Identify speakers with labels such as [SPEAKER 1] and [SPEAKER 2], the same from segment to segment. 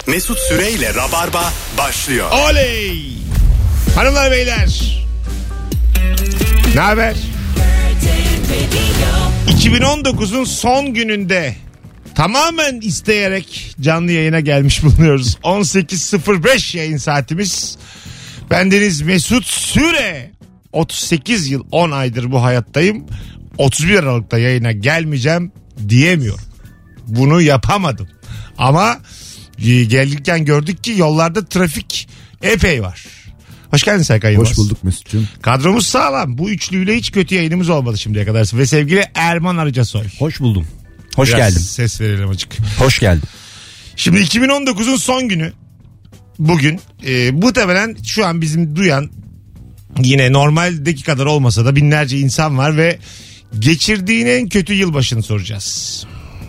[SPEAKER 1] Mesut Süreyle Rabarba başlıyor.
[SPEAKER 2] Oley! Hanımlar beyler. Ne haber? 2019'un son gününde tamamen isteyerek canlı yayına gelmiş bulunuyoruz. 18.05 yayın saatimiz. Bendeniz Mesut Süre. 38 yıl 10 aydır bu hayattayım. 31 Aralık'ta yayına gelmeyeceğim diyemiyorum. Bunu yapamadım. Ama gelirken gördük ki yollarda trafik epey var. Hoş geldin Serkan Yılmaz.
[SPEAKER 3] Hoş bulduk Mesut'cum.
[SPEAKER 2] Kadromuz sağlam. Bu üçlüyle hiç kötü yayınımız olmadı şimdiye kadar. Ve sevgili Erman Arıcasoy.
[SPEAKER 3] Hoş buldum. Hoş
[SPEAKER 2] Biraz
[SPEAKER 3] geldim.
[SPEAKER 2] ses verelim açık.
[SPEAKER 3] Hoş geldim.
[SPEAKER 2] Şimdi 2019'un son günü. Bugün muhtemelen şu an bizim duyan yine normaldeki kadar olmasa da binlerce insan var ve geçirdiğin en kötü yılbaşını soracağız.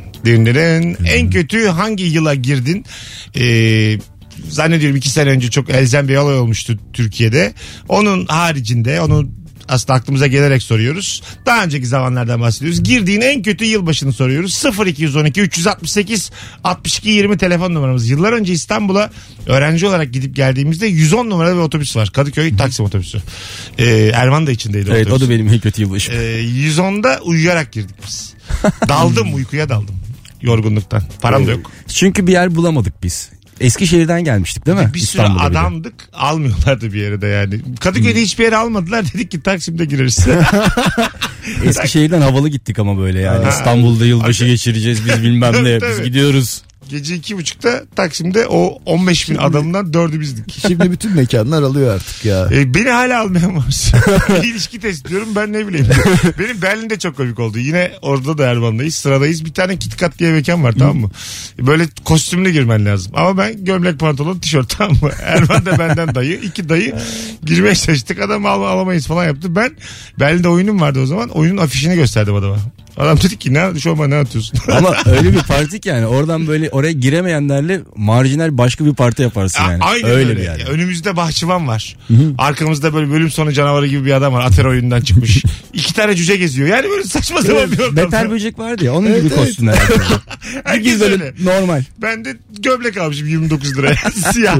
[SPEAKER 2] En kötü hangi yıla girdin? Zannediyorum 2 sene önce çok elzem bir olay olmuştu Türkiye'de. Onun haricinde onu aslında aklımıza gelerek soruyoruz. Daha önceki zamanlardan bahsediyoruz. Girdiğin en kötü yılbaşını soruyoruz. 0212 368 62 20 telefon numaramız. Yıllar önce İstanbul'a öğrenci olarak gidip geldiğimizde 110 numaralı bir otobüs var. Kadıköy Taksim otobüsü. Erman da içindeydi.
[SPEAKER 3] Evet,
[SPEAKER 2] otobüs.
[SPEAKER 3] o da benim en kötü yılbaşım.
[SPEAKER 2] 110'da uyuyarak girdik biz. Uykuya daldım. Yorgunluktan. Param da yok.
[SPEAKER 3] Çünkü bir yer bulamadık biz. Eskişehir'den gelmiştik değil mi?
[SPEAKER 2] Bir sürü adamdık. Almıyorlardı bir yere de yani. Kadıköy'de hiçbir yere almadılar. Dedik ki Taksim'de gireriz.
[SPEAKER 3] Eskişehir'den havalı gittik ama böyle yani. İstanbul'da yılbaşı geçireceğiz biz bilmem ne. Biz gidiyoruz.
[SPEAKER 2] Gece 2.30'da Taksim'de o 15 bin adamından 4'ü bizdik.
[SPEAKER 4] Şimdi bütün mekanlar alıyor artık ya.
[SPEAKER 2] Beni hala almayamaz. İlişki test diyorum, ben ne bileyim. Benim Berlin'de çok komik oldu. Yine orada da Erman'dayız. Sıradayız. Bir tane KitKat diye mekan var, tamam mı? Böyle kostümlü girmen lazım. Ama ben gömlek, pantolon, tişört, tamam mı? Erman da benden dayı. 2 dayı girmeye çalıştık. Adam alamayız falan yaptı. Ben Berlin'de oyunum vardı o zaman. Oyunun afişini gösterdim adama. Adam dedi ki ne atıyorsun?
[SPEAKER 3] Ama öyle bir parti ki yani oradan böyle oraya giremeyenlerle marjinal başka bir parti yaparsın yani.
[SPEAKER 2] Aynen
[SPEAKER 3] öyle
[SPEAKER 2] öyle.
[SPEAKER 3] bir yani.
[SPEAKER 2] Önümüzde bahçıvan var. Hı-hı. Arkamızda böyle bölüm sonu canavarı gibi bir adam var. Ater oyundan çıkmış. 2 tane cüce geziyor. Yani böyle saçma sapan bir ortam.
[SPEAKER 3] Beter böcek vardı ya, onun gibi kostümler.
[SPEAKER 2] Herkes
[SPEAKER 3] böyle
[SPEAKER 2] öyle.
[SPEAKER 3] normal.
[SPEAKER 2] Ben de gömlek almışım 29 liraya. Siyah.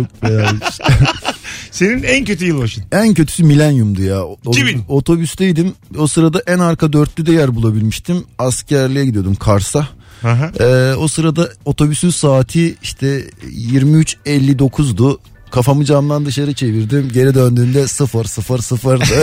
[SPEAKER 2] Senin en kötü yılbaşın?
[SPEAKER 4] En kötüsü Milenyum'du ya.
[SPEAKER 2] Kimin?
[SPEAKER 4] Otobüsteydim. O sırada en arka dörtlüde yer bulabilmiştim. Askerliğe gidiyordum Kars'a. O sırada otobüsün saati işte 23.59'du. Kafamı camdan dışarı çevirdim. Geri döndüğümde 0:00'dı.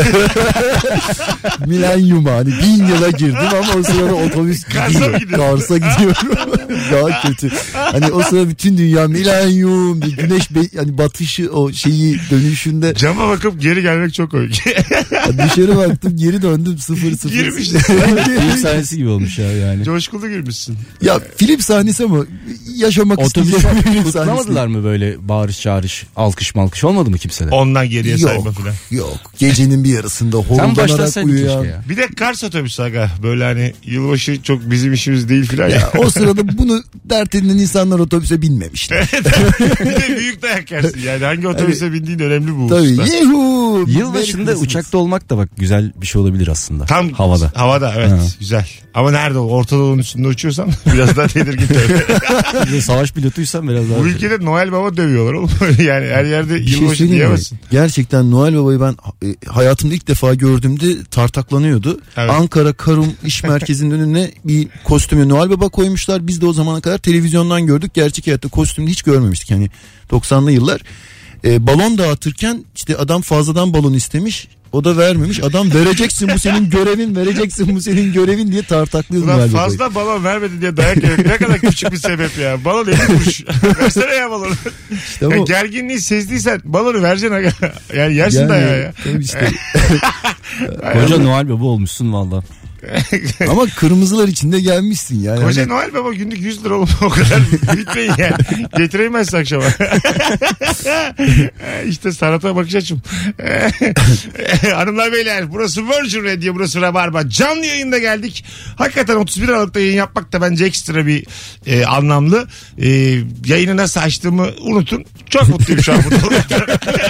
[SPEAKER 4] Milenyum hani 1000 yıla girdim ama o sırada otobüs Kars'a gidiyorum. Daha kötü. Hani o sırada bütün dünya milenyum, güneş yani batışı o şeyi dönüşünde.
[SPEAKER 2] Cama bakıp geri gelmek çok komik.
[SPEAKER 4] Dışarı baktım, geri döndüm 0:00.
[SPEAKER 2] Girmişsin.
[SPEAKER 3] Film sahnesi gibi olmuş ya yani.
[SPEAKER 2] Coşkulu girmişsin.
[SPEAKER 4] Ya film sahnesi ama yaşamak
[SPEAKER 3] otobüs
[SPEAKER 4] istediğim film
[SPEAKER 3] kutlamadılar mı böyle bağırış çağırış, alkış malkış olmadı mı kimseler?
[SPEAKER 2] Ondan geriye sayma falan.
[SPEAKER 4] Yok. Gecenin bir yarısında horulanarak uyuyan.
[SPEAKER 2] Bir de Kars otobüsü aga. Böyle hani yılbaşı çok bizim işimiz değil filan ya.
[SPEAKER 4] O sırada bunu dert edinen insanlar otobüse binmemişler.
[SPEAKER 2] Bir de büyük dayak yersin yani. Hangi otobüse bindiğin önemli bu.
[SPEAKER 4] Tabii. Yuhu.
[SPEAKER 3] Yılbaşında uçakta olmak da bak güzel bir şey olabilir aslında.
[SPEAKER 2] Tam
[SPEAKER 3] havada.
[SPEAKER 2] Havada evet, güzel. Ama nerede o? Orta Doğu'nun üstünde uçuyorsan biraz daha tedirgin tabii.
[SPEAKER 3] Savaş pilotuysan biraz daha.
[SPEAKER 2] Bu ülkede Noel Baba dövüyorlar oğlum. Yani her yerde yılbaşı diyemezsin.
[SPEAKER 4] Gerçekten Noel Baba'yı ben hayatımda ilk defa gördüğümde tartaklanıyordu. Evet. Ankara Karum İş Merkezi'nin önüne bir kostümü Noel Baba koymuşlar. Biz de o zamana kadar televizyondan gördük. Gerçek hayatta kostümünü hiç görmemiştik. Yani 90'lı yıllar. Balon dağıtırken işte adam fazladan balon istemiş. O da vermemiş. Adam vereceksin bu senin görevin, vereceksin bu senin görevin diye tartaklıyordu Noel Baba'yı.
[SPEAKER 2] Fazla balon vermedi diye dayak yemek ne kadar küçük bir sebep ya. Balon 50 kuruş. Versene ya balonu. İşte ya gerginliği sezdiysen balonu vereceksin. Yani yersin dayağı ya.
[SPEAKER 4] İşte.
[SPEAKER 3] Koca Noel Baba olmuşsun valla.
[SPEAKER 4] Ama kırmızılar içinde gelmişsin yani.
[SPEAKER 2] Koca hani... Noel Baba günlük 100 lira olma o kadar bitmeyin yani. Getiremezsin akşama. İşte sanata bakış açım. Hanımlar beyler, burası Virgin Radio, burası Rabarba. Canlı yayında geldik. Hakikaten 31 Aralık'ta yayın yapmak da bence ekstra bir anlamlı. Yayını nasıl açtığımı unutun. Çok mutluyum şu an burada.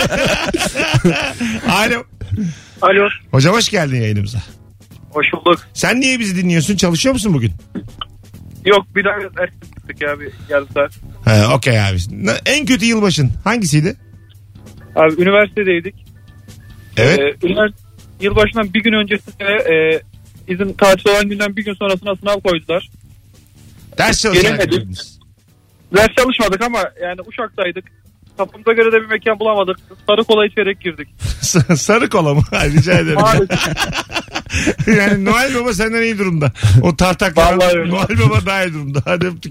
[SPEAKER 2] Alo.
[SPEAKER 5] Alo.
[SPEAKER 2] Hocam hoş geldin yayınımıza.
[SPEAKER 5] Hoş bulduk.
[SPEAKER 2] Sen niye bizi dinliyorsun? Çalışıyor musun bugün?
[SPEAKER 5] Yok bir daha erteledik ya bir yarım saat.
[SPEAKER 2] Okey abi. En kötü yılbaşın hangisiydi?
[SPEAKER 5] Abi üniversitedeydik.
[SPEAKER 2] Evet.
[SPEAKER 5] Yılbaşından bir gün öncesinde izin tatil olan günden bir gün sonrasına sınav koydular.
[SPEAKER 2] Ders çalışacaktınız.
[SPEAKER 5] Ders çalışmadık ama yani Uşak'taydık. Kafamıza göre de bir mekan bulamadık. Sarı kola içerek girdik.
[SPEAKER 2] Sarı kola mı? Rica ederim. Yani Noel Baba senden iyi durumda. O tartaklar Noel Baba daha iyi durumda. Hadi öptük.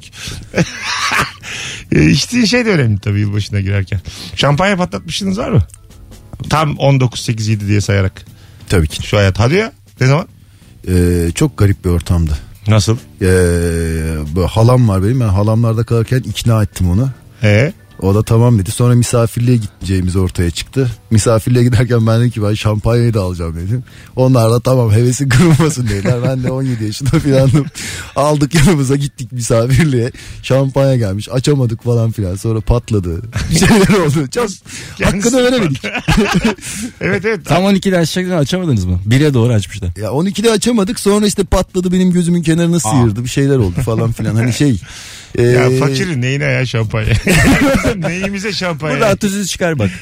[SPEAKER 2] İçtiğin şey de önemli tabii yılbaşına girerken. Şampanya patlatmışsınız var mı? Tam 19, 8, 7 diye sayarak.
[SPEAKER 4] Tabii ki.
[SPEAKER 2] Şu hayat. Hadi ya. Ne zaman?
[SPEAKER 4] Çok garip bir ortamdı.
[SPEAKER 2] Nasıl?
[SPEAKER 4] Böyle halam var benim. Ben halamlarda kalırken ikna ettim onu. O da tamam dedi. Sonra misafirliğe gideceğimiz ortaya çıktı. Misafirliğe giderken ben dedim ki ben şampanyayı da alacağım dedim. Onlar da tamam hevesin kırılmasın dediler. Ben de 17 yaşında filandım. Aldık yanımıza gittik misafirliğe. Şampanya gelmiş. Açamadık falan filan. Sonra patladı. Bir şeyler oldu. Çok hakkını veremedik.
[SPEAKER 2] Evet.
[SPEAKER 3] Tam 12'de açamadınız mı? 1'e doğru açmışlar.
[SPEAKER 4] Ya 12'de açamadık. Sonra işte patladı benim gözümün kenarına sıyırdı. Bir şeyler oldu falan filan. Hani şey.
[SPEAKER 2] Ya fakirin neyine ya şampanya? Neyimize şampanya?
[SPEAKER 3] Burada atasözü çıkar bak.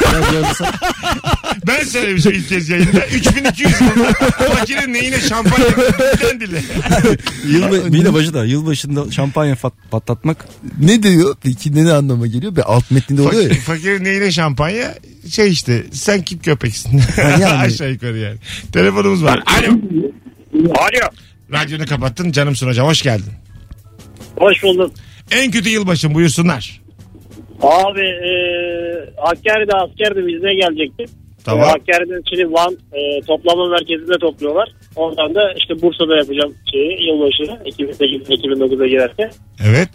[SPEAKER 2] Ben söylemişim ilk kez yayında. 3200 yılında fakirin neyine şampanya dili.
[SPEAKER 3] Bir de başı da yılbaşında şampanya patlatmak.
[SPEAKER 4] Ne diyor? Peki ne anlama geliyor? Be alt metninde oluyor ya.
[SPEAKER 2] Fakirin neyine şampanya? Şey işte sen kim köpeksin?
[SPEAKER 4] Yani.
[SPEAKER 2] Aşağı yukarı yani. Telefonumuz var. Alo.
[SPEAKER 5] Alo.
[SPEAKER 2] Radyonu kapattın canımsın hocam hoş geldin.
[SPEAKER 6] Hoş bulduk.
[SPEAKER 2] En kötü yılbaşın buyursunlar.
[SPEAKER 6] Abi Hakkari'de asker bizine gelecekti.
[SPEAKER 2] Tamam.
[SPEAKER 6] Hakkari'den şimdi Van toplama merkezinde topluyorlar. Oradan da işte Bursa'da yapacağım yılbaşını 2008-2009'a girerken.
[SPEAKER 2] Evet.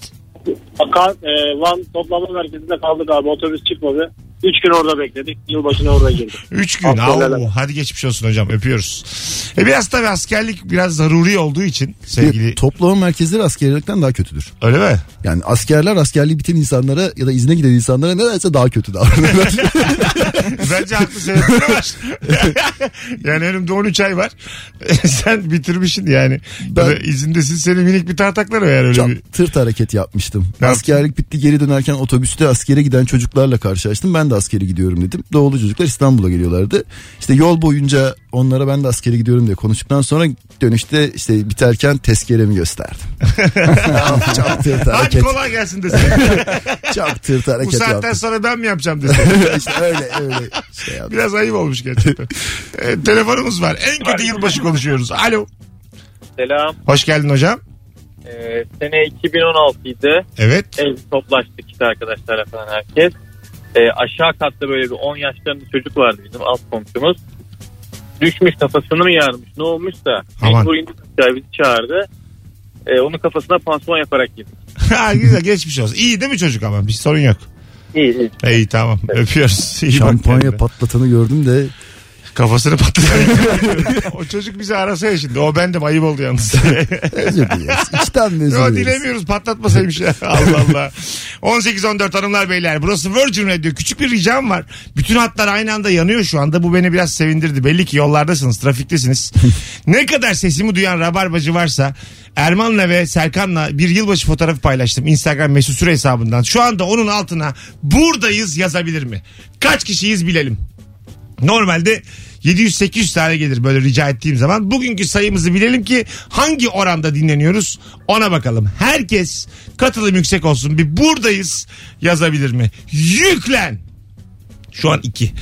[SPEAKER 6] Van toplama merkezinde kaldık abi, otobüs çıkmadı. 3 gün orada bekledik. Yılbaşına orada girdik.
[SPEAKER 2] 3 gün. Hadi geçmiş olsun hocam. Öpüyoruz. Biraz tabii askerlik biraz zaruri olduğu için sevgili.
[SPEAKER 4] Toplama merkezleri askerlikten daha kötüdür.
[SPEAKER 2] Öyle mi?
[SPEAKER 4] Yani askerler askerliği biten insanlara ya da izne giden insanlara nedense daha kötü davranırlar.
[SPEAKER 2] Bence haklı sebepleri var. Yani önümde 13 ay var. Sen bitirmişsin yani. Ben izindesin, senin minik bir tartaklar var yani öyle
[SPEAKER 4] çok
[SPEAKER 2] bir.
[SPEAKER 4] Tırt hareket yapmıştım.
[SPEAKER 2] Ne
[SPEAKER 4] askerlik bitti, geri dönerken otobüste askere giden çocuklarla karşılaştım. Ben de askere gidiyorum dedim. Doğulu çocuklar İstanbul'a geliyorlardı. İşte yol boyunca onlara ben de askere gidiyorum diye konuştuktan sonra dönüşte işte biterken tezkeremi gösterdim. Çok tırt hareket.
[SPEAKER 2] Hadi kolay gelsin desin.
[SPEAKER 4] Çok tırt hareket
[SPEAKER 2] Bu saatten
[SPEAKER 4] yaptım.
[SPEAKER 2] sonra ben mi yapacağım desin.
[SPEAKER 4] İşte öyle şey yaptım.
[SPEAKER 2] Biraz ayıp olmuş gerçekten. Telefonumuz var. En kötü yılbaşı konuşuyoruz. Alo.
[SPEAKER 5] Selam.
[SPEAKER 2] Hoş geldin hocam.
[SPEAKER 5] Sene 2016'ydı.
[SPEAKER 2] Evet.
[SPEAKER 5] Ev toplaştık işte arkadaşlarla falan herkes. Aşağı katta böyle bir 10 yaşlarında çocuk vardı bizim alt komşumuz. Düşmüş, kafasını mı yarmış ne olmuşsa. Mecbur indik, bizi çağırdı. Onun kafasına pansuman yaparak girdik.
[SPEAKER 2] Güzel, geçmiş olsun. İyi değil mi çocuk ama bir sorun yok.
[SPEAKER 5] İyi.
[SPEAKER 2] İyi tamam, öpüyoruz. İyi
[SPEAKER 4] şampanya patlatanı gördüm de.
[SPEAKER 2] Kafasını patladı. O çocuk bizi arasa ya şimdi. O bendim, ayıp oldu yalnız.
[SPEAKER 4] Özür dileriz. İçten mi özür dileriz?
[SPEAKER 2] Dilemiyoruz, patlatmasaymış ya. Allah Allah. 18-14 hanımlar beyler. Burası Virgin Radio. Küçük bir ricam var. Bütün hatlar aynı anda yanıyor şu anda. Bu beni biraz sevindirdi. Belli ki yollardasınız, trafiktesiniz. Ne kadar sesimi duyan rabarbacı varsa Erman'la ve Serkan'la bir yılbaşı fotoğrafı paylaştım Instagram Mesut Süre hesabından. Şu anda onun altına buradayız yazabilir mi? Kaç kişiyiz bilelim. Normalde 700-800 tane gelir böyle rica ettiğim zaman. Bugünkü sayımızı bilelim ki hangi oranda dinleniyoruz ona bakalım. Herkes katılım yüksek olsun. Bir buradayız yazabilir mi? Yüklen. Şu an 2.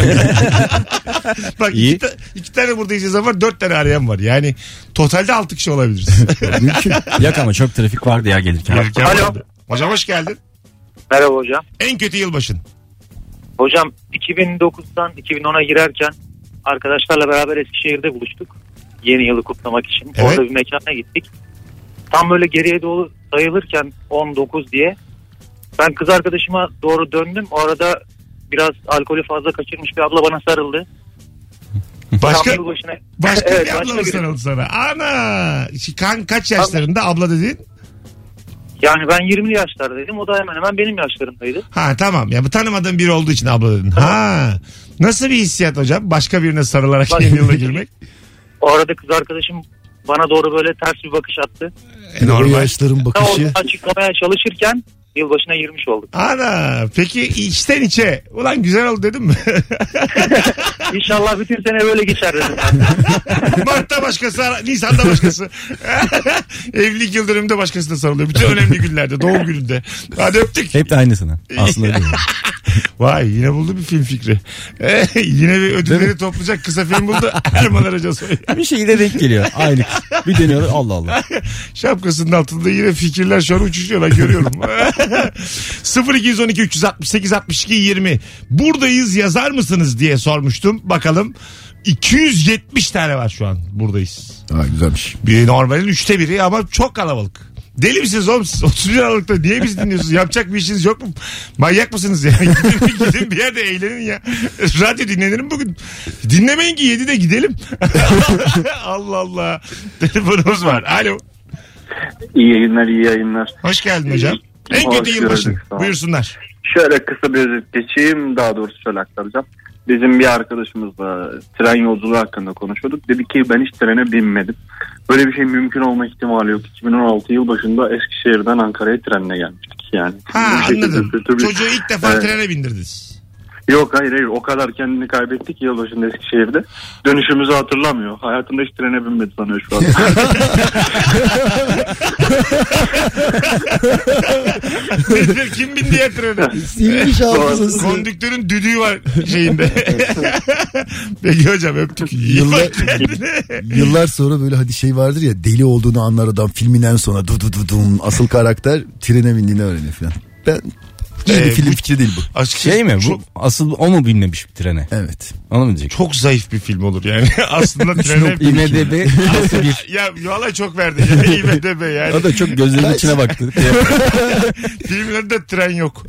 [SPEAKER 2] Bak iki tane buradayız yazan var, 4 tane arayan var. Yani totalde 6 kişi olabiliriz.
[SPEAKER 3] Mümkün. Yak ama çok trafik vardı ya gelirken.
[SPEAKER 5] Alo.
[SPEAKER 2] Hocam hoş geldin.
[SPEAKER 5] Merhaba hocam.
[SPEAKER 2] En kötü yılbaşın.
[SPEAKER 5] Hocam 2009'dan 2010'a girerken arkadaşlarla beraber Eskişehir'de buluştuk. Yeni yılı kutlamak için.
[SPEAKER 2] Evet.
[SPEAKER 5] Orada bir mekana gittik. Tam böyle geriye doğru sayılırken 19 diye ben kız arkadaşıma doğru döndüm. O arada biraz alkolü fazla kaçırmış bir abla bana sarıldı.
[SPEAKER 2] Başka
[SPEAKER 5] Evet,
[SPEAKER 2] bir abla mı sarıldı sana? Ana! Kaç yaşlarında abla dediğin?
[SPEAKER 5] Yani ben 20'li yaşlardaydım. O da hemen hemen benim yaşlarımdaydı.
[SPEAKER 2] Ha tamam. Ya bu tanımadığın biri olduğu için abla dedin. Tamam. Ha. Nasıl bir hissiyat hocam? Başka birine sarılarak yeni yıla girmek?
[SPEAKER 5] O arada kız arkadaşım
[SPEAKER 7] bana doğru böyle ters bir bakış attı.
[SPEAKER 4] Normal. O yaşların bakışı.
[SPEAKER 7] Açıklamaya çalışırken yılbaşına girmiş olduk.
[SPEAKER 2] Ana peki içten içe ulan güzel oldu dedim mi?
[SPEAKER 7] İnşallah bütün sene böyle geçer dedim.
[SPEAKER 2] Mart'ta başkası, Nisan'da başkası. Evlilik yıl dönümünde başkası da sarılıyor. Bütün önemli günlerde, doğum gününde. Hadi öptük.
[SPEAKER 3] Hep de aynısına. Aslında öyle.
[SPEAKER 2] Vay yine buldu bir film fikri. Yine bir ödülleri toplayacak kısa film buldu. Erman Arıca soruyor.
[SPEAKER 3] Bir şeyle denk geliyor. Aynı. Bir deniyorlar Allah Allah.
[SPEAKER 2] Şapkasının altında yine fikirler şu an uçuşuyorlar görüyorum. 0212 368 62 20 buradayız yazar mısınız diye sormuştum. Bakalım 270 tane var şu an buradayız.
[SPEAKER 4] Güzelmiş.
[SPEAKER 2] Bir normalin 1/3 ama çok kalabalık. Deli misiniz oğlum siz? 31 Aralık'ta niye bizi dinliyorsunuz? Yapacak bir işiniz yok mu? Manyak mısınız ya? Gidin bir yerde eğlenin ya. Radyo dinlenir mi bugün? Dinlemeyin ki 7'de gidelim. Allah Allah. Telefonumuz var. Alo.
[SPEAKER 8] İyi yayınlar, iyi yayınlar.
[SPEAKER 2] Hoş geldin hocam. En kötü yılbaşı. Buyursunlar.
[SPEAKER 8] Şöyle kısa bir özet geçeyim. Daha doğrusu şöyle aktaracağım. Bizim bir arkadaşımızla tren yolculuğu hakkında konuşuyorduk. Dedi ki ben hiç trene binmedim. Böyle bir şey mümkün olma ihtimali yok. 2016 yıl başında Eskişehir'den Ankara'ya trenle gelmiştik yani.
[SPEAKER 2] Anladım. Çocuğu ilk defa trene bindirdiniz.
[SPEAKER 8] Yok hayır o kadar kendini kaybettik yıl başında Eskişehir'de. Dönüşümüzü hatırlamıyor. Hayatında hiç trene binmedi sanıyor şu an.
[SPEAKER 2] Kim bindi ya trene?
[SPEAKER 4] Silmiş hafızası.
[SPEAKER 2] Kondüktörün düdüğü var şeyinde. Peki hocam öptük.
[SPEAKER 4] Yıllar sonra böyle hadi şey vardır ya deli olduğunu anlar adam filminden sonra asıl karakter trene bindiğini öğreniyor falan. Ben İyi bir film fikri değil bu.
[SPEAKER 3] Şey mi bu? Asıl o mu binmemiş trene?
[SPEAKER 4] Evet.
[SPEAKER 3] Onu mu diyecek?
[SPEAKER 2] Çok zayıf bir film olur yani. Aslında trene
[SPEAKER 3] IMDb bir.
[SPEAKER 2] Ya vallahi çok verdi ya IMDb yani.
[SPEAKER 3] O da çok gözlerinin içine baktı.
[SPEAKER 2] Filmlerde tren yok.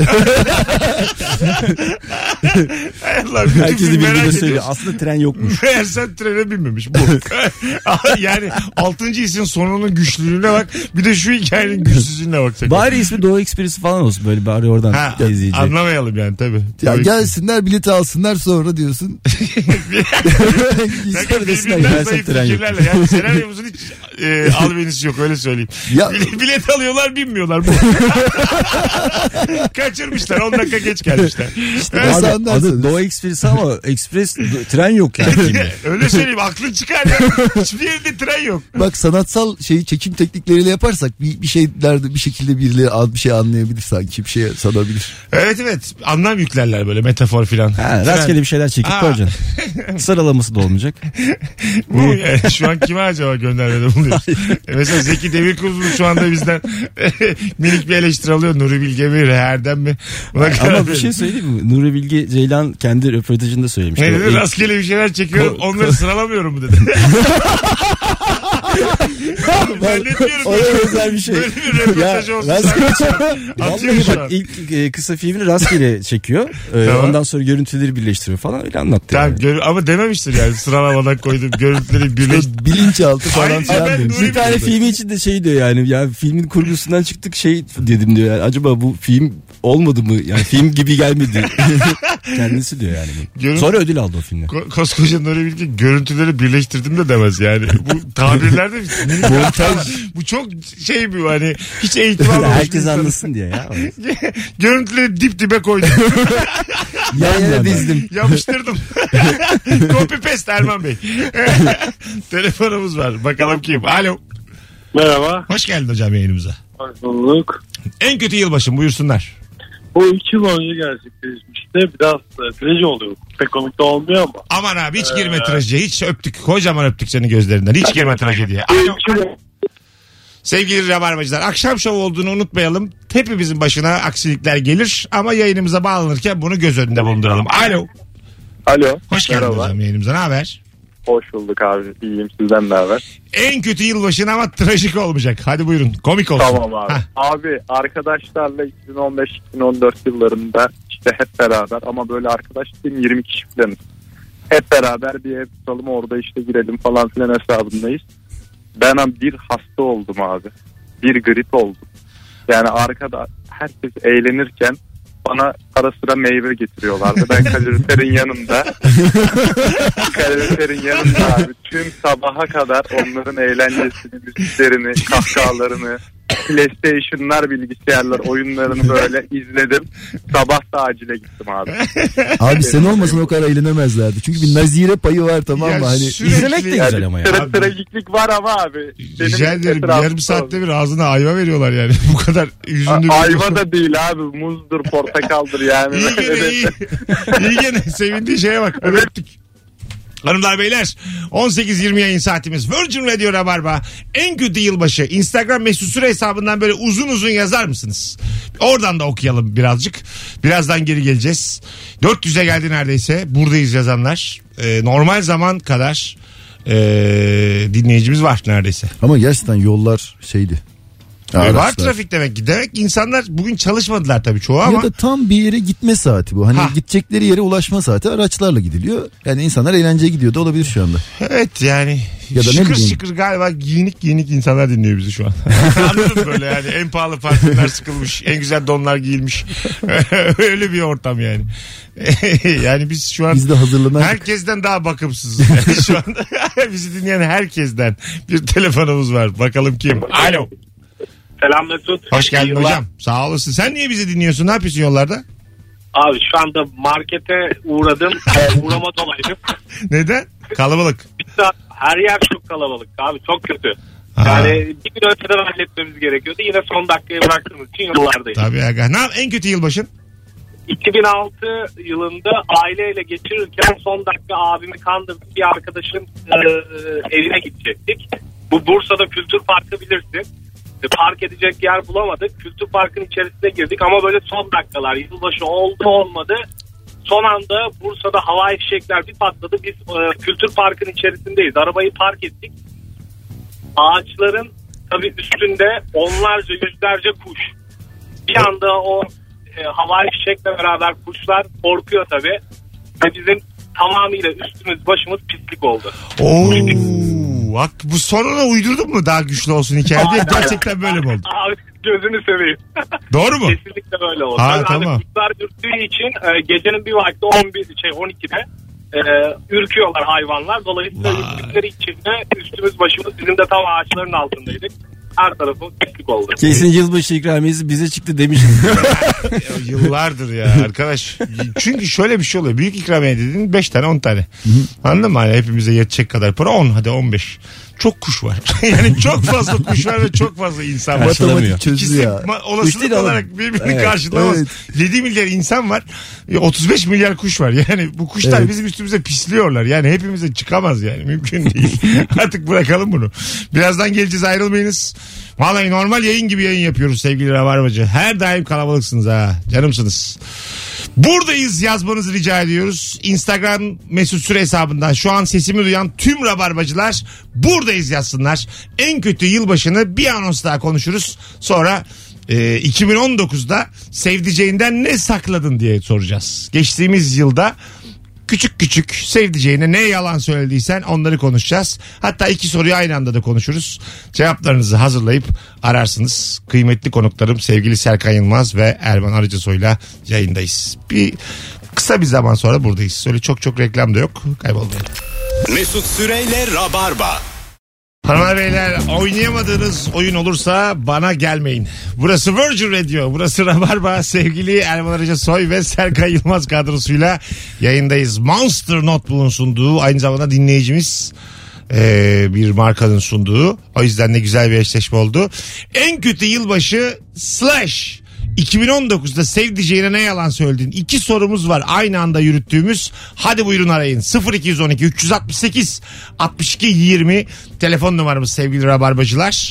[SPEAKER 3] Herkes de birbirine söylüyor. Aslında tren yokmuş.
[SPEAKER 2] Meğer sen trene binmemiş bu. Yani 6. hissin sonunun güçlülüğüne bak. Bir de şu hikayenin güçsüzlüğüne bak.
[SPEAKER 3] Bari ismi Doğu Ekspresi falan olsun böyle bari oradan izleyecek.
[SPEAKER 2] Anlamayalım yani tabii.
[SPEAKER 4] Ya gelsinler bileti alsınlar sonra diyorsun.
[SPEAKER 2] Birbirinden zayıf fikirlerle. Yani senaryomuzun hiç albenisi yok öyle söyleyeyim. Ya. Bilet alıyorlar binmiyorlar. Kaçırmışlar 10 dakika geç gelmişler.
[SPEAKER 3] İşte adı Doğu Ekspresi ama ekspres tren yok yani.
[SPEAKER 2] Öyle söyleyeyim aklın çıkar ya. Hiçbir yerinde tren yok.
[SPEAKER 4] Bak sanatsal çekim teknikleriyle yaparsak bir şeylerde bir şekilde birileri bir şey anlayabilir sanki bir şey sanabilir.
[SPEAKER 2] Evet anlam yüklerler böyle metafor filan.
[SPEAKER 3] Rastgele bir şeyler çekip koyacaksın. Sıralaması da olmayacak.
[SPEAKER 2] Bu yani şu an kime acaba göndermede bulunuyoruz? Mesela Zeki Demirkubuz'un şu anda bizden minik bir eleştiri alıyor. Nuri Bilge mi Reher'den mi?
[SPEAKER 3] Ama bir şey söyleyeyim mi? Nuri Bilge Ceylan kendi röportajında söylemiş.
[SPEAKER 2] Ne dedi? Rastgele bir şeyler çekiyorum onları sıralamıyorum mu dedi. Ben ne diyorum?
[SPEAKER 3] O da özel bir şey.
[SPEAKER 2] Böyle bir röportaj olsun.
[SPEAKER 3] Vallahi bak ilk kısa filmini rastgele çekiyor. Tamam. Ondan sonra görüntüleri birleştiriyor falan öyle anlattı.
[SPEAKER 2] Tamam yani. Ama dememiştir yani sıralamadan koydum görüntüleri birleştirdim.
[SPEAKER 4] Bilinçaltı falan filan demiş.
[SPEAKER 3] Bir tane filmi içinde şey diyor yani ya filmin kurgusundan çıktık dedim diyor yani acaba bu film olmadı mı yani film gibi gelmedi. Kendisi diyor yani. Sonra ödül aldı o filmde.
[SPEAKER 2] Koskoca Nuri Bilge görüntüleri birleştirdim de demez yani. Bu tabirlerde bu çok şey bir hani hiç eğitim almamış.
[SPEAKER 3] Herkes anlasın diye ya.
[SPEAKER 2] Görüntüleri dip dibe koydum.
[SPEAKER 3] Yan dizdim.
[SPEAKER 2] Yapıştırdım. Copy paste Erman Bey. Telefonumuz var. Bakalım kim? Alo.
[SPEAKER 9] Merhaba.
[SPEAKER 2] Hoş geldin hocam yayınımıza.
[SPEAKER 9] Hoş bulduk.
[SPEAKER 2] En kötü yılbaşım buyursunlar.
[SPEAKER 9] Bu 2 yıl önce gerçekleşmişti. Biraz traji oluyor. Pek komik de olmuyor ama.
[SPEAKER 2] Aman abi hiç girme trajiye. Hiç öptük. Kocaman öptük seni gözlerinden. Hiç girme trajediye. Sevgili Rabarbacılar akşam şovu olduğunu unutmayalım. Hepimizin başına aksilikler gelir ama yayınımıza bağlanırken bunu göz önünde bulunduralım. Alo.
[SPEAKER 10] Alo.
[SPEAKER 2] Hoş geldin hocam yayınımıza. Ne haber?
[SPEAKER 10] Hoş bulduk abi. İyiyim sizden ne haber?
[SPEAKER 2] En kötü yılbaşın ama trajik olmayacak. Hadi buyurun. Komik olsun.
[SPEAKER 10] Tamam abi. Abi arkadaşlarla 2015-2014 yıllarında işte hep beraber ama böyle arkadaş değil 20 kişi falanız. Hep beraber bir ev tutalım orada işte girelim falan filan hesabındayız. Ben bir hasta oldum abi. Bir grip oldum. Yani arkada herkes eğlenirken bana ara sıra meyve getiriyorlardı. Ben kaloriferin yanında abi tüm sabaha kadar onların eğlencesini, müziklerini, kahkahalarını, PlayStation'lar, bilgisayarlar, oyunlarını böyle izledim. Sabah da acile gittim abi.
[SPEAKER 4] Abi sen olmasan o kadar eğlenemezlerdi. Çünkü bir nazire payı var, tamam mı? Hani
[SPEAKER 3] izlemek de güzel ama ya.
[SPEAKER 10] Tragiklik var ama abi.
[SPEAKER 2] Rica ederim. Yarım saatte bir ağzına ayva veriyorlar yani. Bu kadar yüzünde.
[SPEAKER 10] Ayva da değil abi. Muzdur, portakaldır yani.
[SPEAKER 2] İyi gene iyi. İyi gene. Sevindiği şeye bak. Öptük. Hanımlar beyler 18-20 yayın saatimiz Virgin Radio Rabarba. En kötü yılbaşı Instagram Mesut Süre hesabından böyle uzun uzun yazar mısınız? Oradan da okuyalım birazcık. Birazdan geri geleceğiz. 400'e geldi neredeyse. Buradayız yazanlar. Normal zaman kadar dinleyicimiz var neredeyse.
[SPEAKER 4] Ama gerçekten yollar şeydi.
[SPEAKER 2] Var trafik demek ki. Demek ki insanlar bugün çalışmadılar tabii çoğu ama.
[SPEAKER 4] Ya da tam bir yere gitme saati bu. Hani gidecekleri yere ulaşma saati, araçlarla gidiliyor. Yani insanlar eğlenceye gidiyor da olabilir şu anda.
[SPEAKER 2] Evet yani. Ya da şıkır şıkır galiba giyinik insanlar dinliyor bizi şu an. Anladın böyle yani. En pahalı parfümler sıkılmış. En güzel donlar giyilmiş. Öyle bir ortam yani. Yani biz şu an
[SPEAKER 4] biz de
[SPEAKER 2] herkesten daha bakımsızız. Yani şu anda bizi dinleyen herkesten bir telefonumuz var. Bakalım kim? Alo.
[SPEAKER 11] Selam Mesut.
[SPEAKER 2] Hoş geldin hocam. Sağ olasın. Sen niye bizi dinliyorsun? Ne yapıyorsun yollarda?
[SPEAKER 11] Abi şu anda markete uğradım. Uğrama dolaydım.
[SPEAKER 2] Neden? Kalabalık.
[SPEAKER 11] Her yer çok kalabalık abi. Çok kötü. Yani bir gün önceden halletmemiz gerekiyordu. Yine son dakikaya bıraktığımız için yollardayız.
[SPEAKER 2] Tabii aga. Ne en kötü yılbaşın?
[SPEAKER 11] 2006 yılında aileyle geçirirken son dakika abimi kandırdık. Bir arkadaşın evine gidecektik. Bu Bursa'da Kültür Parkı bilirsin. Park edecek yer bulamadık. Kültür Park'ın içerisine girdik ama böyle son dakikalar, yılbaşı oldu olmadı. Son anda Bursa'da havai fişekler bir patladı. Biz Kültür Park'ın içerisindeyiz. Arabayı park ettik. Ağaçların tabii üstünde onlarca, yüzlerce kuş. Bir anda o havai fişekle beraber kuşlar korkuyor tabii. Ve bizim tamamıyla üstümüz başımız pislik oldu.
[SPEAKER 2] Bak bu sonuna uydurdun mu daha güçlü olsun hikaye diye? Gerçekten böyle mi oldu?
[SPEAKER 11] Abi gözünü seveyim.
[SPEAKER 2] Doğru mu?
[SPEAKER 11] Kesinlikle böyle oldu.
[SPEAKER 2] Tamam.
[SPEAKER 11] Kuşlar ürktüğü için gecenin bir vakti 12'de ürküyorlar hayvanlar. Dolayısıyla ürktükleri için de üstümüz başımız bizim de tam ağaçların altındaydık. Her tarafı pislik oldu.
[SPEAKER 3] Kesin yılbaşı ikramiyesi bize çıktı demişim.
[SPEAKER 2] Yıllardır ya arkadaş. Çünkü şöyle bir şey oluyor. Büyük ikramiye dediğin 5 tane 10 tane. Anladın mı? Hani hepimize yetecek kadar para 10 hadi 15. Çok kuş var. Yani çok fazla kuş var ve çok fazla insan var.
[SPEAKER 4] Matematik çözdü ya.
[SPEAKER 2] Olasılık olarak birbirini karşılamaz. Evet. 7 milyar insan var. 35 milyar kuş var. Yani bu kuşlar bizim üstümüze pisliyorlar. Yani hepimize çıkamaz yani. Mümkün değil. Artık bırakalım bunu. Birazdan geleceğiz, ayrılmayınız. Vallahi normal yayın gibi yayın yapıyoruz sevgili Rabarbacı. Her daim kalabalıksınız ha. Canımsınız. Buradayız yazmanızı rica ediyoruz. Instagram Mesut Süre hesabından şu an sesimi duyan tüm Rabarbacılar buradayız yazsınlar. En kötü yılbaşını bir anons daha konuşuruz. Sonra 2019'da sevdiceğinden ne sakladın diye soracağız. Geçtiğimiz yılda küçük sevdiceğine ne yalan söylediysen onları konuşacağız. Hatta 2 soruyu aynı anda da konuşuruz. Cevaplarınızı hazırlayıp ararsınız. Kıymetli konuklarım sevgili Serkan Yılmaz ve Erman Arıcısoy'la yayındayız. Kısa bir zaman sonra buradayız. Öyle çok reklam da yok. Kaybolmayalım.
[SPEAKER 1] Mesut Süreyle Rabarba.
[SPEAKER 2] Hanımlar beyler, oynayamadığınız oyun olursa bana gelmeyin. Burası Virgin Radio, burası Rabarba. Sevgili Erman Arıcısoy ve Serkan Yılmaz kadrosuyla yayındayız. Monster Notebook'un sunduğu, aynı zamanda dinleyicimiz bir markanın sunduğu. O yüzden de güzel bir eşleşme oldu. En kötü yılbaşı / 2019'da sevdiceğine ne yalan söyledin? 2 sorumuz var aynı anda yürüttüğümüz. Hadi buyurun arayın. 0212 368 62 20 telefon numaramız sevgili Rabarbacılar.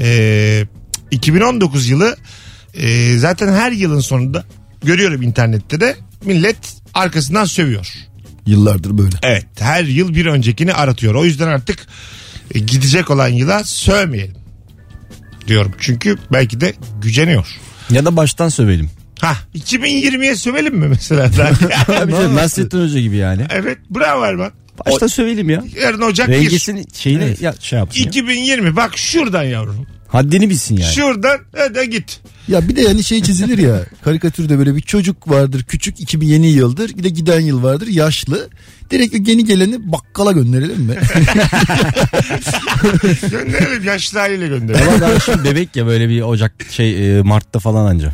[SPEAKER 2] 2019 yılı zaten her yılın sonunda görüyorum internette de millet arkasından sövüyor.
[SPEAKER 4] Yıllardır böyle.
[SPEAKER 2] Evet, her yıl bir öncekini aratıyor. O yüzden artık gidecek olan yıla sövmeyelim diyorum. Çünkü belki de güceniyor.
[SPEAKER 3] Ya da baştan sövelim.
[SPEAKER 2] 2020'ye sövelim mi mesela?
[SPEAKER 3] Nasrettin Hoca gibi yani.
[SPEAKER 2] Evet, bravo Erman.
[SPEAKER 3] Başta sövelim ya.
[SPEAKER 2] Yarın Ocak
[SPEAKER 3] rengisini şeyini şey yapsın.
[SPEAKER 2] 2020 bak şuradan yavrum.
[SPEAKER 3] Haddini bilsin yani.
[SPEAKER 2] Şuradan hadi git.
[SPEAKER 4] Ya bir de yani şey çizilir ya karikatürde böyle bir çocuk vardır küçük 2000 yeni yıldır bir de giden yıl vardır yaşlı. Direkt yeni geleni bakkala gönderelim mi?
[SPEAKER 2] Gönderelim yaşlı haliyle gönderelim.
[SPEAKER 3] Ama daha şimdi bebek ya böyle bir Ocak Mart'ta falan anca.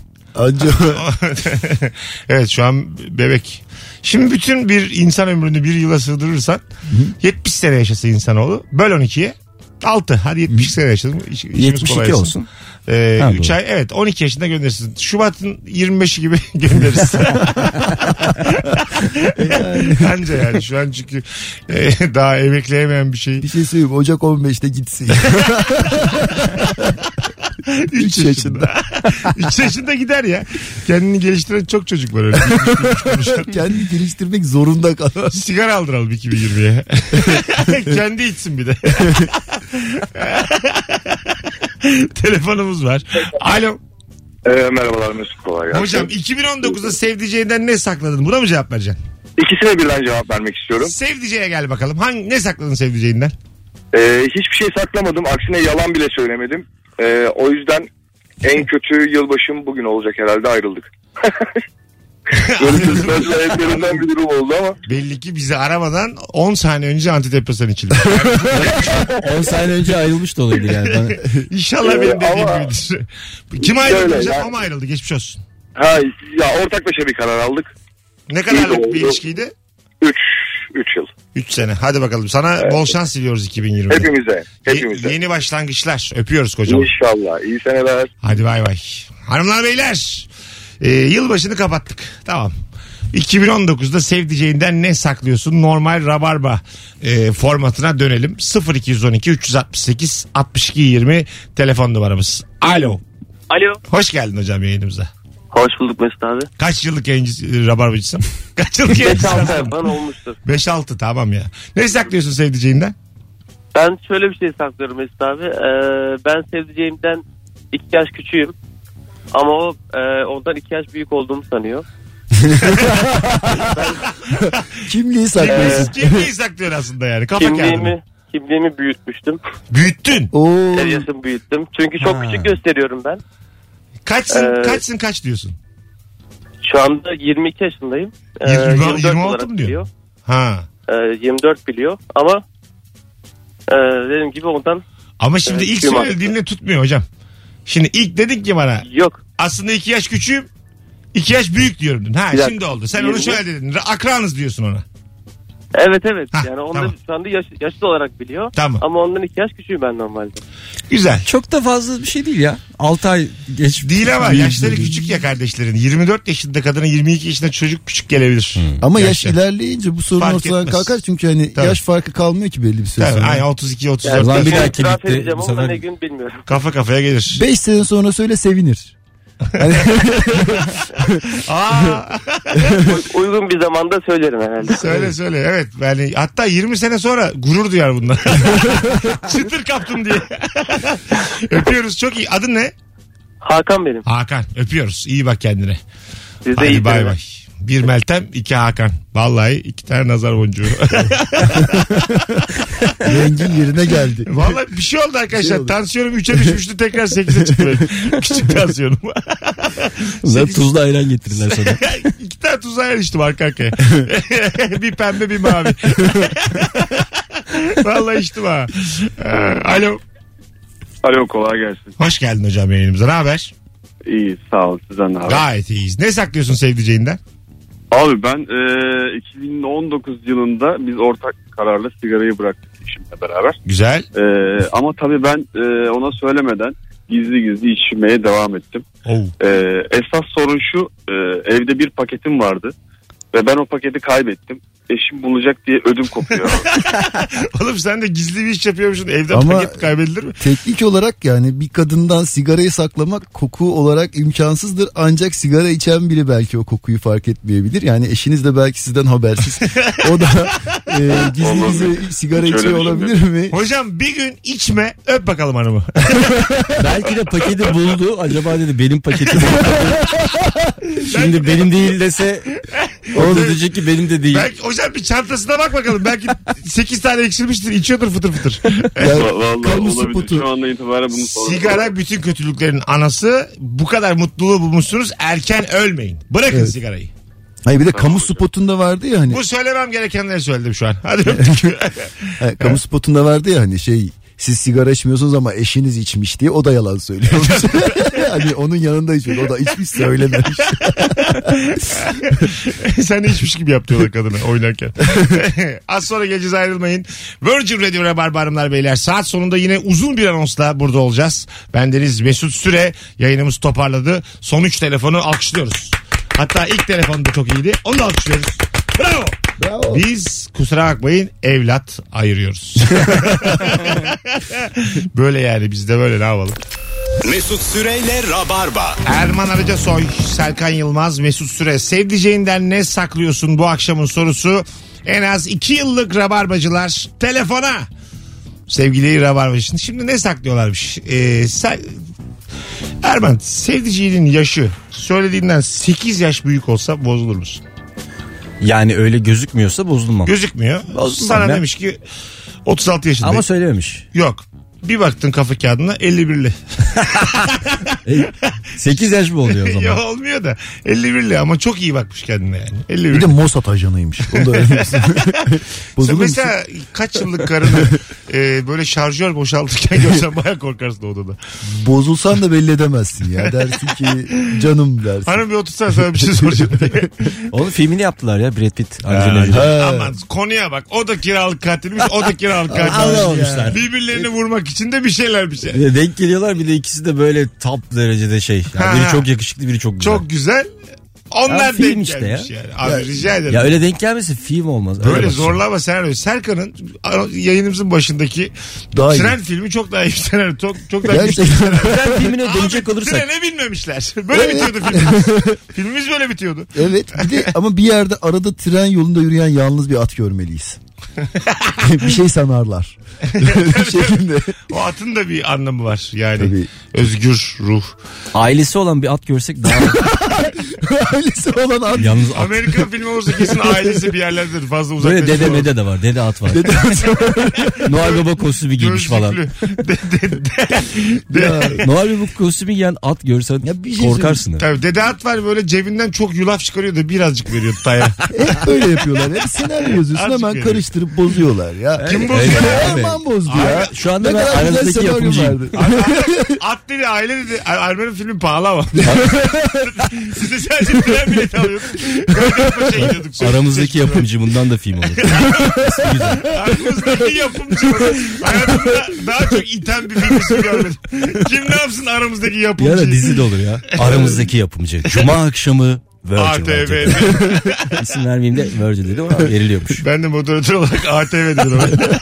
[SPEAKER 2] Evet şu an bebek. Şimdi bütün bir insan ömrünü bir yıla sığdırırsan 70 sene yaşasa insanoğlu böl 12'ye 6 hadi 70 sene yaşadım.
[SPEAKER 3] 72 olsun.
[SPEAKER 2] 3 ay evet 12 yaşında gönderirsin. Şubat'ın 25'i gibi gönderirsin. Anca yani şu an çünkü daha emekleyemeyen bir şey.
[SPEAKER 4] Bir şey söyleyeyim Ocak 15'te gitsin.
[SPEAKER 2] 3 yaşında. 3 yaşında gider ya. Kendini geliştiren çok çocuk var öyle.
[SPEAKER 4] Kendini geliştirmek zorunda kalır.
[SPEAKER 2] Sigara aldıralım 2020'ye. Kendi içsin bir de. Telefonumuz var. Alo.
[SPEAKER 12] Merhabalar Mesut, kolay gelsin.
[SPEAKER 2] Hocam 2019'da sevdiceğinden ne sakladın? Buna mı cevap vereceksin?
[SPEAKER 12] İkisine birden cevap vermek istiyorum.
[SPEAKER 2] Sevdiceğe gel bakalım. Ne sakladın sevdiceğinden?
[SPEAKER 12] Hiçbir şey saklamadım. Aksine yalan bile söylemedim. O yüzden en kötü yılbaşım bugün olacak herhalde, ayrıldık. Böyle sözlerinden bir durum oldu ama.
[SPEAKER 2] Belli ki bizi aramadan 10 saniye önce antidepresan içildi.
[SPEAKER 3] 10 saniye önce ayrılmış da olabilir yani.
[SPEAKER 2] İnşallah benim dediğim gibidir. Kim ayrıldı hocam? Yani. O mu ayrıldı? Geçmiş olsun.
[SPEAKER 12] Ya ortaklaşa bir karar aldık.
[SPEAKER 2] Ne kadarlık bir ilişkiydi?
[SPEAKER 12] 3 yıl.
[SPEAKER 2] 3 sene. Hadi bakalım. Sana bol şans diliyoruz 2020'de.
[SPEAKER 12] Hepimize.
[SPEAKER 2] Yeni başlangıçlar. Öpüyoruz kocaman.
[SPEAKER 12] İnşallah. İyi seneler.
[SPEAKER 2] Hadi bay bay. Hanımlar beyler. Yılbaşını kapattık. Tamam. 2019'da sevdiceğinden ne saklıyorsun? Normal Rabarba formatına dönelim. 0212 368 62 20 telefon numaramız. Alo.
[SPEAKER 13] Alo.
[SPEAKER 2] Hoş geldin hocam yayınımıza.
[SPEAKER 13] Hoş bulduk Mesut abi.
[SPEAKER 2] Kaç yıllık yayıncı Rabarbacısın? Kaç yıllık yayıncısın?
[SPEAKER 13] 5-6 falan olmuştur.
[SPEAKER 2] 5-6 tamam ya. Ne saklıyorsun sevdiceğinden?
[SPEAKER 13] Ben şöyle bir şey saklıyorum Mesut abi. Ben sevdiceğimden 2 yaş küçüğüm. Ama o ondan 2 yaş büyük olduğumu sanıyor.
[SPEAKER 4] Kimliği saklıyorsun.
[SPEAKER 2] Kimliği saklıyorsun aslında yani. Kafa
[SPEAKER 13] Kimliğimi büyütmüştüm.
[SPEAKER 2] Büyüttün?
[SPEAKER 13] Yaşımı büyüttüm. Çünkü çok küçük gösteriyorum ben.
[SPEAKER 2] Kaçsın kaç diyorsun?
[SPEAKER 13] Şu anda 22 yaşındayım.
[SPEAKER 2] 26 mı diyor?
[SPEAKER 13] 24 biliyor ama dediğim gibi ondan.
[SPEAKER 2] Ama şimdi ilk söylediğinde tutmuyor hocam. Şimdi ilk dedin ki bana.
[SPEAKER 13] Yok.
[SPEAKER 2] Aslında 2 yaş küçüğüm. 2 yaş büyük diyorum dün. Şimdi oldu. Sen 20. Onu şöyle dedin. Akranız diyorsun ona.
[SPEAKER 13] Evet. Yani ondan şu anda yaşlı olarak biliyor.
[SPEAKER 2] Tamam.
[SPEAKER 13] Ama ondan 2 yaş küçüğüm ben normalde.
[SPEAKER 2] Güzel.
[SPEAKER 3] Çok da fazla bir şey değil ya. 6 ay geç.
[SPEAKER 2] Değil ama yaşları küçük ya kardeşlerin. 24 yaşında kadına 22 yaşında çocuk küçük gelebilir.
[SPEAKER 4] Ama yaş ilerleyince bu sorun ortadan kalkar. Çünkü hani yaş farkı kalmıyor ki belli bir süre sonra.
[SPEAKER 2] Aynen 32 34.
[SPEAKER 3] Yani bir dahaki
[SPEAKER 13] bitti. Ama ne gün bilmiyorum.
[SPEAKER 2] Kafa kafaya gelir.
[SPEAKER 4] 5 sene sonra söyle sevinir.
[SPEAKER 13] Uygun bir zamanda söylerim herhalde.
[SPEAKER 2] Söyle evet. Yani hatta 20 sene sonra gurur duyar bunlar. Çıtır kaptım diye. Öpüyoruz çok iyi. Adın ne?
[SPEAKER 13] Hakan benim.
[SPEAKER 2] Hakan öpüyoruz. İyi bak kendine.
[SPEAKER 13] Siz de iyi.
[SPEAKER 2] Bay bay. 1 Meltem 2 Hakan. Vallahi 2 tane nazar boncuğu.
[SPEAKER 4] Rengin yerine geldi.
[SPEAKER 2] Vallahi bir şey oldu arkadaşlar. Tansiyonum 3'e düşmüştü tekrar 8'e çıktı benim. Küçük tansiyonum.
[SPEAKER 3] Tuzlu ayran getirirler sana.
[SPEAKER 2] 2 tane tuzlu ayran içtim arka arkaya. Bir pembe bir mavi. Vallahi içtim ha. Alo.
[SPEAKER 12] Alo, kolay gelsin.
[SPEAKER 2] Hoş geldin hocam yayınımıza. Ne haber?
[SPEAKER 12] İyi, sağ ol. Sizden ne haber?
[SPEAKER 2] Gayet iyiyiz. Ne saklıyorsun sevdiceğinden?
[SPEAKER 12] Abi ben 2019 yılında biz ortak kararla sigarayı bıraktık eşimle beraber.
[SPEAKER 2] Güzel.
[SPEAKER 12] Ama tabii ben ona söylemeden gizli içmeye devam ettim. Esas sorun şu, evde bir paketim vardı ve ben o paketi kaybettim. Eşim bulacak diye ödüm kopuyor.
[SPEAKER 2] Oğlum sen de gizli bir iş yapıyormuşsun. Evde
[SPEAKER 4] ama
[SPEAKER 2] paket kaybedilir mi?
[SPEAKER 4] Teknik olarak yani bir kadından sigarayı saklamak koku olarak imkansızdır. Ancak sigara içen biri belki o kokuyu fark etmeyebilir. Yani eşiniz de belki sizden habersiz. O da gizli sigara içiyor olabilir mi?
[SPEAKER 2] Hocam bir gün içme, öp bakalım hanımı.
[SPEAKER 3] Belki de paketi buldu. Acaba dedi benim paketim. Şimdi benim değil dese O da diyecek ki benim de değil.
[SPEAKER 2] Belki, hocam bir çantasına bak bakalım. Belki 8 tane eksilmiştir. İçiyordur fıtır fıtır.
[SPEAKER 12] Vallahi olabilir. Şu anda itibaren bunu sorun.
[SPEAKER 2] Sigara bütün kötülüklerin anası. Bu kadar mutluluğu bulmuşsunuz. Erken ölmeyin. Bırakın sigarayı.
[SPEAKER 4] Hayır bir de kamu spotunda vardı ya hani.
[SPEAKER 2] Bu söylemem gerekenleri söyledim şu an. Hadi öptük.
[SPEAKER 4] Kamu spotunda vardı ya hani siz sigara içmiyorsunuz ama eşiniz içmiş diye o da yalan söylüyormuş. Hani onun yanında içiyor. O da içmiş söylememiş.
[SPEAKER 2] Sen de içmiş gibi yap diyorlar kadına oynarken. Az sonra geleceğiz, ayrılmayın. Virgin Radio Rabarba hanımlar beyler. Saat sonunda yine uzun bir anonsla burada olacağız. Bendeniz Mesut Süre, yayınımız toparladı. Son 3 telefonu alkışlıyoruz. Hatta ilk telefon da çok iyiydi. Onu da alkışlıyoruz. Bravo. Bravo. Biz kusura bakmayın evlat ayırıyoruz. Böyle yani, biz de böyle, ne yapalım.
[SPEAKER 1] Mesut Süreyle Rabarba.
[SPEAKER 2] Erman Arıcasoy, Serkan Yılmaz, Mesut Süre. Sevdiceğinden ne saklıyorsun bu akşamın sorusu. En az 2 yıllık rabarbacılar telefona. Sevgili rabarbacı. Şimdi ne saklıyorlarmış? Erman, sevdiceğinin yaşı söylediğinden 8 yaş büyük olsa bozulur musun?
[SPEAKER 3] Yani öyle gözükmüyorsa bozulmam.
[SPEAKER 2] Gözükmüyor.
[SPEAKER 3] Bozulmam
[SPEAKER 2] sana
[SPEAKER 3] ya.
[SPEAKER 2] demiş ki 36 yaşındayım.
[SPEAKER 3] Ama söylememiş.
[SPEAKER 2] Yok. Bir baktın kafa kağıdına 51'li.
[SPEAKER 3] 8 yaş mı oluyor o zaman?
[SPEAKER 2] Ya olmuyor da 51'li ama çok iyi bakmış kendine yani. 51'li.
[SPEAKER 4] Bir de Mossad ajanıymış. Onu da öğrenmişsin. Bozulur musun?
[SPEAKER 2] Mesela kaç yıllık karını böyle şarjör boşaltırken görsen bayağı korkarsın odada.
[SPEAKER 4] Bozulsan da belli edemezsin ya. Dersin ki canım dersin.
[SPEAKER 2] Hanım bir otursan sana bir şey soracağım diye.
[SPEAKER 3] Onun filmini yaptılar ya, Brad Pitt.
[SPEAKER 2] Aman konuya bak. O da kiralık katilmiş, o da kiralık katilmiş. Birbirlerini vurmak için de bir şeyler.
[SPEAKER 3] Denk geliyorlar, bir de ikisi de böyle top derecede şey. Yani biri çok yakışıklı, biri çok güzel.
[SPEAKER 2] Çok güzel. Onlar
[SPEAKER 3] film
[SPEAKER 2] denk
[SPEAKER 3] işte
[SPEAKER 2] gelmiş
[SPEAKER 3] ya.
[SPEAKER 2] Yani. Abi rica ederim.
[SPEAKER 3] Ya öyle denk gelmesi film olmaz.
[SPEAKER 2] Böyle zorlama senaryo. Serkan'ın yayınımızın başındaki tren filmi çok daha iyi bir senaryo. Çok daha iyi bir senaryo.
[SPEAKER 3] Tren filmine dönecek olursak.
[SPEAKER 2] Trene binmemişler. Böyle bitiyordu film. Filmimiz böyle bitiyordu.
[SPEAKER 4] Evet, bir de ama bir yerde arada tren yolunda yürüyen yalnız bir at görmeliyiz. Bir şey sanarlar.
[SPEAKER 2] O atın da bir anlamı var yani.
[SPEAKER 4] Tabii.
[SPEAKER 2] Özgür ruh.
[SPEAKER 3] Ailesi olan bir at görsek daha
[SPEAKER 4] ailesi olan at.
[SPEAKER 3] Yalnız at.
[SPEAKER 2] Amerikan filmi olursa kesin ailesi bir yerlerdir, fazla uzaklaşır.
[SPEAKER 3] Böyle dede mede de var. Dede at var. Noel Baba kostümü giymiş falan. Noel Baba kostümü giyen at görsen korkarsın.
[SPEAKER 2] Tabii dede at var, böyle cebinden çok yulaf çıkarıyor da birazcık veriyor taya.
[SPEAKER 4] Hep böyle yapıyorlar. Hep senaryo yazıyorsun, hemen karıştırıp bozuyorlar ya.
[SPEAKER 2] Kim bozuyor?
[SPEAKER 4] Hemen bozdu ya.
[SPEAKER 3] Şu anda ben aranızdaki yapımcıyım.
[SPEAKER 2] At dedi, aile dedi. Ermen'in filmi pahalı ama. Size sadece tren bileti alıyorduk.
[SPEAKER 3] Aramızdaki yapımcı, bundan da film olur.
[SPEAKER 2] Aramızdaki yapımcı. Hayatımda daha çok iten bir film ismi görmedim. Kim ne yapsın aramızdaki yapımcı?
[SPEAKER 3] Ya da dizi de olur ya. Aramızdaki yapımcı. Cuma akşamı
[SPEAKER 2] ATV.
[SPEAKER 3] İsim vermeyeyim de Virgin dedi ama veriliyormuş.
[SPEAKER 2] Ben de moderatör olarak ATV dedim.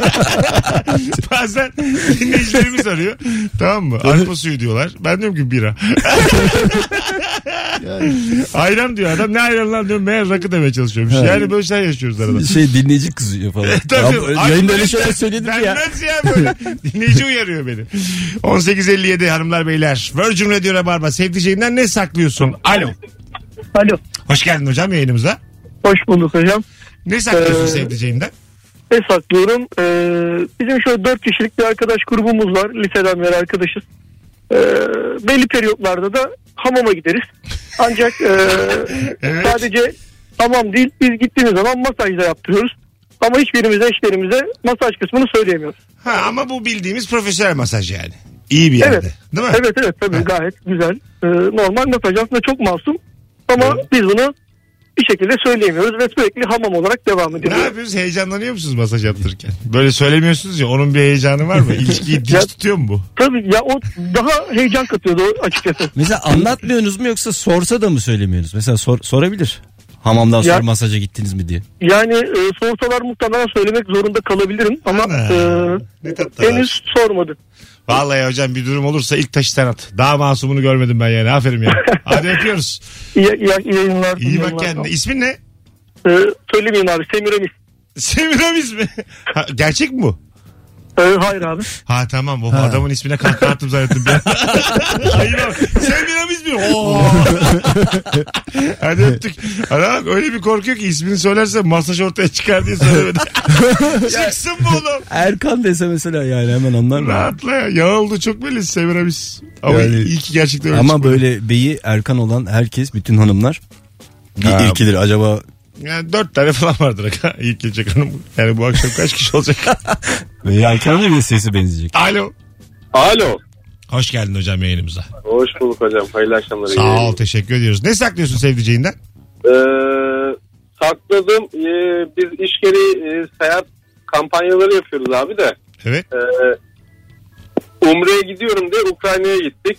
[SPEAKER 2] Bazen dinleyicilerimiz arıyor. Tamam mı? Arpa suyu diyorlar. Ben diyorum ki bira. Ayran diyor adam. Ne ayran lan diyorum. Meğer rakı demeye çalışıyormuş. Yani böyle şeyler yaşıyoruz arada.
[SPEAKER 3] Dinleyici kızıyor falan.
[SPEAKER 2] Tabii.
[SPEAKER 3] Yayında öyle şeyler söyledim ya.
[SPEAKER 2] Denmez ya böyle. Dinleyici uyarıyor beni. 18.57 hanımlar beyler. Virgin Radio Rabarba. Sevdiceğinden ne saklıyorsun? Alo.
[SPEAKER 7] Alo.
[SPEAKER 2] Hoş geldin hocam yayınımıza.
[SPEAKER 7] Hoş bulduk hocam.
[SPEAKER 2] Ne saklıyorsun sevdiceğinden?
[SPEAKER 7] Ne saklıyorum? Bizim şöyle 4 kişilik bir arkadaş grubumuz var. Liseden beri arkadaşız. Belli periyotlarda da hamama gideriz. Ancak evet. Sadece hamam değil, biz gittiğimiz zaman masaj da yaptırıyoruz. Ama hiçbirimize eşlerimize masaj kısmını söyleyemiyoruz.
[SPEAKER 2] Ama bu bildiğimiz profesyonel masaj yani. İyi bir yerde.
[SPEAKER 7] Evet.
[SPEAKER 2] Değil mi?
[SPEAKER 7] Evet tabii gayet güzel. Normal masaj aslında çok masum. Ama biz bunu bir şekilde söyleyemiyoruz ve sürekli hamam olarak devam ediyoruz.
[SPEAKER 2] Ne yapıyorsunuz? Heyecanlanıyor musunuz masaj yaptırırken? Böyle söylemiyorsunuz ya, onun bir heyecanı var mı? İlişkiyi diş tutuyor mu bu?
[SPEAKER 7] Tabii ya, o daha heyecan katıyordu açıkçası.
[SPEAKER 3] Mesela anlatmıyorsunuz mu yoksa sorsa da mı söylemiyorsunuz? Mesela sorabilir. Hamamdan sonra masaja gittiniz mi diye.
[SPEAKER 7] Yani sorsalar muhtemelen söylemek zorunda kalabilirim ama henüz sormadı.
[SPEAKER 2] Vallahi hocam bir durum olursa ilk taşı sen at. Daha masumunu görmedim ben yani. Aferin ya. Hadi öpüyoruz.
[SPEAKER 7] İyi yayınlar.
[SPEAKER 2] İyi bak kendine. İsmin ne?
[SPEAKER 7] Söylemeyeyim abi. Semiramis.
[SPEAKER 2] Semiramis mi? Gerçek mi bu?
[SPEAKER 7] Hayır abi.
[SPEAKER 2] Ha tamam, o adamın ismine kahkaha attım zannettim. Hayır abi. Semiramis mi? Hadi öptük. Adam öyle bir korkuyor ki ismini söylerse masaj ortaya çıkar diye söylemedi. Çıksın bu oğlum.
[SPEAKER 3] Erkan dese mesela yani hemen anlar mı?
[SPEAKER 2] Rahatla ya. Ya oldu çok belli Semiramis. Ama yani, iyi ki gerçekten öyle
[SPEAKER 3] ama
[SPEAKER 2] çıkmadı.
[SPEAKER 3] böyle beyi Erkan olan herkes, bütün hanımlar bir irkilir acaba.
[SPEAKER 2] Yani 4 tane falan vardır. İlk gelecek hanım. Yani bu akşam kaç kişi olacak?
[SPEAKER 3] Ve Erkan'ın bir sesi benzeyecek.
[SPEAKER 2] Alo.
[SPEAKER 11] Alo.
[SPEAKER 2] Hoş geldin hocam yayınımıza.
[SPEAKER 11] Hoş bulduk hocam. Hayırlı akşamlar.
[SPEAKER 2] Sağ ol, teşekkür ediyoruz. Ne saklıyorsun sevdiceğinden?
[SPEAKER 11] Sakladım. Biz iş gereği seyahat kampanyaları yapıyoruz abi de.
[SPEAKER 2] Evet.
[SPEAKER 11] Umre'ye gidiyorum diye Ukrayna'ya gittik.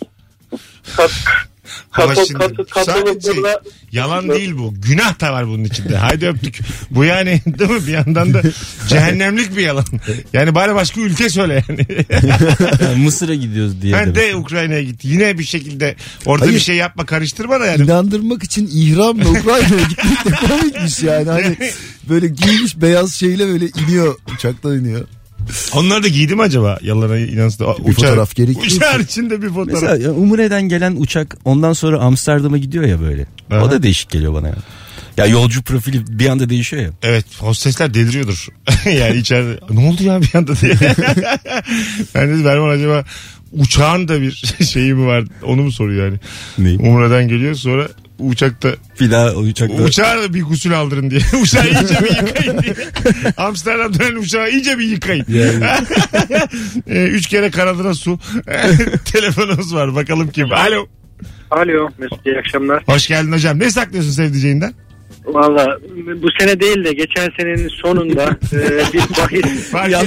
[SPEAKER 2] Sadece yalan değil bu. Günah da var bunun içinde. Haydi öptük. Bu yani değil mi? Bir yandan da cehennemlik bir yalan. Yani bari başka ülke söyle yani.
[SPEAKER 3] Mısır'a gidiyoruz diye.
[SPEAKER 2] Ben de Ukrayna'ya gitti. Yine bir şekilde orada bir şey yapma, karıştırma da yani.
[SPEAKER 4] İnandırmak için ihramla Ukrayna'ya gitmek de komikmiş yani. Hani böyle giymiş beyaz şeyle böyle iniyor. Uçaktan iniyor.
[SPEAKER 2] Onları da giydi mi acaba? Yalan'a inansın.
[SPEAKER 4] Bir fotoğraf gerekiyor.
[SPEAKER 2] Uçağın içinde bir fotoğraf.
[SPEAKER 3] Mesela Umre'den gelen uçak ondan sonra Amsterdam'a gidiyor ya böyle. Aha. O da değişik geliyor bana ya. Ya yolcu profili bir anda değişiyor ya.
[SPEAKER 2] Evet, hostesler deliriyordur. Yani içeride ne oldu ya bir anda diye. Ben dedim Berman acaba uçağın da bir şeyi mi var, onu mu soruyor yani. Ne? Umre'den geliyor sonra uçakta
[SPEAKER 3] bir daha uçakta
[SPEAKER 2] uçağa bir gusül aldırın diye. Uçağı iyice bir yıkayın diye. Amsterdam'dan dönen uçağı iyice bir yıkayın. Yani. 3 kere kanadına su. Telefonumuz var, bakalım kim. Alo.
[SPEAKER 14] Alo Mesut, iyi akşamlar.
[SPEAKER 2] Hoş geldin hocam. Ne saklıyorsun sevdiceğinden?
[SPEAKER 14] Valla bu sene değil de geçen senenin sonunda bir bahis.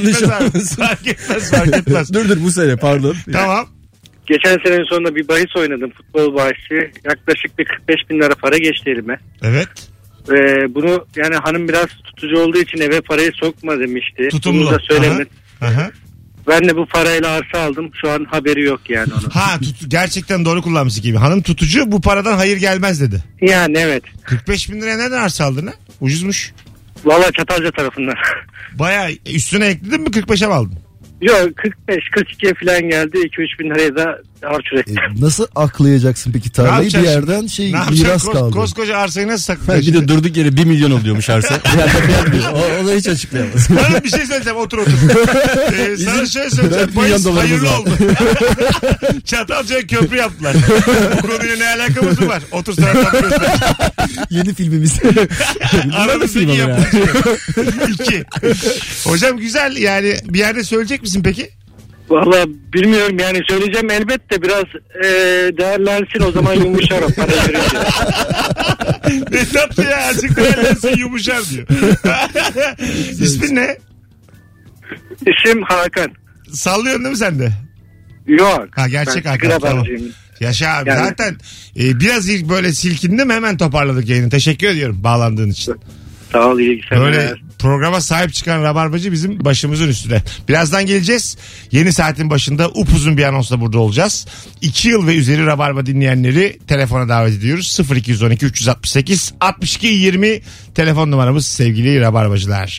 [SPEAKER 2] Fark etmez.
[SPEAKER 3] Dur bu sene pardon.
[SPEAKER 2] Tamam.
[SPEAKER 14] Geçen senenin sonunda bir bahis oynadım, futbol bahisi. Yaklaşık bir 45 bin lira para geçti elime.
[SPEAKER 2] Evet.
[SPEAKER 14] Bunu yani hanım biraz tutucu olduğu için eve parayı sokma demişti.
[SPEAKER 2] Tutumlu.
[SPEAKER 14] Bunu da söylemedim.
[SPEAKER 2] Aha.
[SPEAKER 14] Ben de bu parayla arsa aldım. Şu an haberi yok yani onun.
[SPEAKER 2] Gerçekten doğru kullanmışsın gibi. Hanım tutucu, bu paradan hayır gelmez dedi.
[SPEAKER 14] Yani evet.
[SPEAKER 2] 45 bin liraya neden arsa aldın ha? Ucuzmuş.
[SPEAKER 14] Valla Çatalca tarafından.
[SPEAKER 2] Bayağı üstüne ekledin mi, 45'e mi aldın?
[SPEAKER 14] Yok 45-42'ye falan geldi. 2-3 bin liraya da harç ürettim.
[SPEAKER 4] Nasıl aklayacaksın peki tarlayı? Bir yerden miras kaldı.
[SPEAKER 2] Koskoca arsayı nasıl saklayacaksın?
[SPEAKER 3] Bir de durduk yere 1 milyon oluyormuş arsa. O da hiç açıklayamaz.
[SPEAKER 2] Sana bir şey söyleyeceğim, otur. Sana şöyle söyleyeceğim. Bayis hayırlı oldu. Çatalca'ya köprü yaptılar. Bu konuyla ne alakamız var? Otur sana tatlı göster.
[SPEAKER 4] Yeni filmimiz.
[SPEAKER 2] Aramızdaki yapıcı. 2. Hocam güzel yani, bir yerde söyleyecek misin peki?
[SPEAKER 14] Valla bilmiyorum yani, söyleyeceğim elbette, biraz değerlensin, o zaman yumuşar o para verince.
[SPEAKER 2] Ne tatlı ya, azıcık değerlensin yumuşar diyor. İsmin ne?
[SPEAKER 14] İsim Hakan.
[SPEAKER 2] Sallıyorsun değil mi sen de?
[SPEAKER 14] Yok.
[SPEAKER 2] Ha, gerçek Hakan. Tamam. Yaşa abi yani. Zaten biraz ilk böyle silkindim, hemen toparladık yayını. Teşekkür ediyorum bağlandığın için.
[SPEAKER 14] Sağ ol, iyi günler.
[SPEAKER 2] Böyle programa sahip çıkan Rabarbacı bizim başımızın üstüne. Birazdan geleceğiz. Yeni saatin başında upuzun bir anonsla burada olacağız. 2 yıl ve üzeri Rabarba dinleyenleri telefona davet ediyoruz. 0212 368 62 20 telefon numaramız sevgili Rabarbacılar.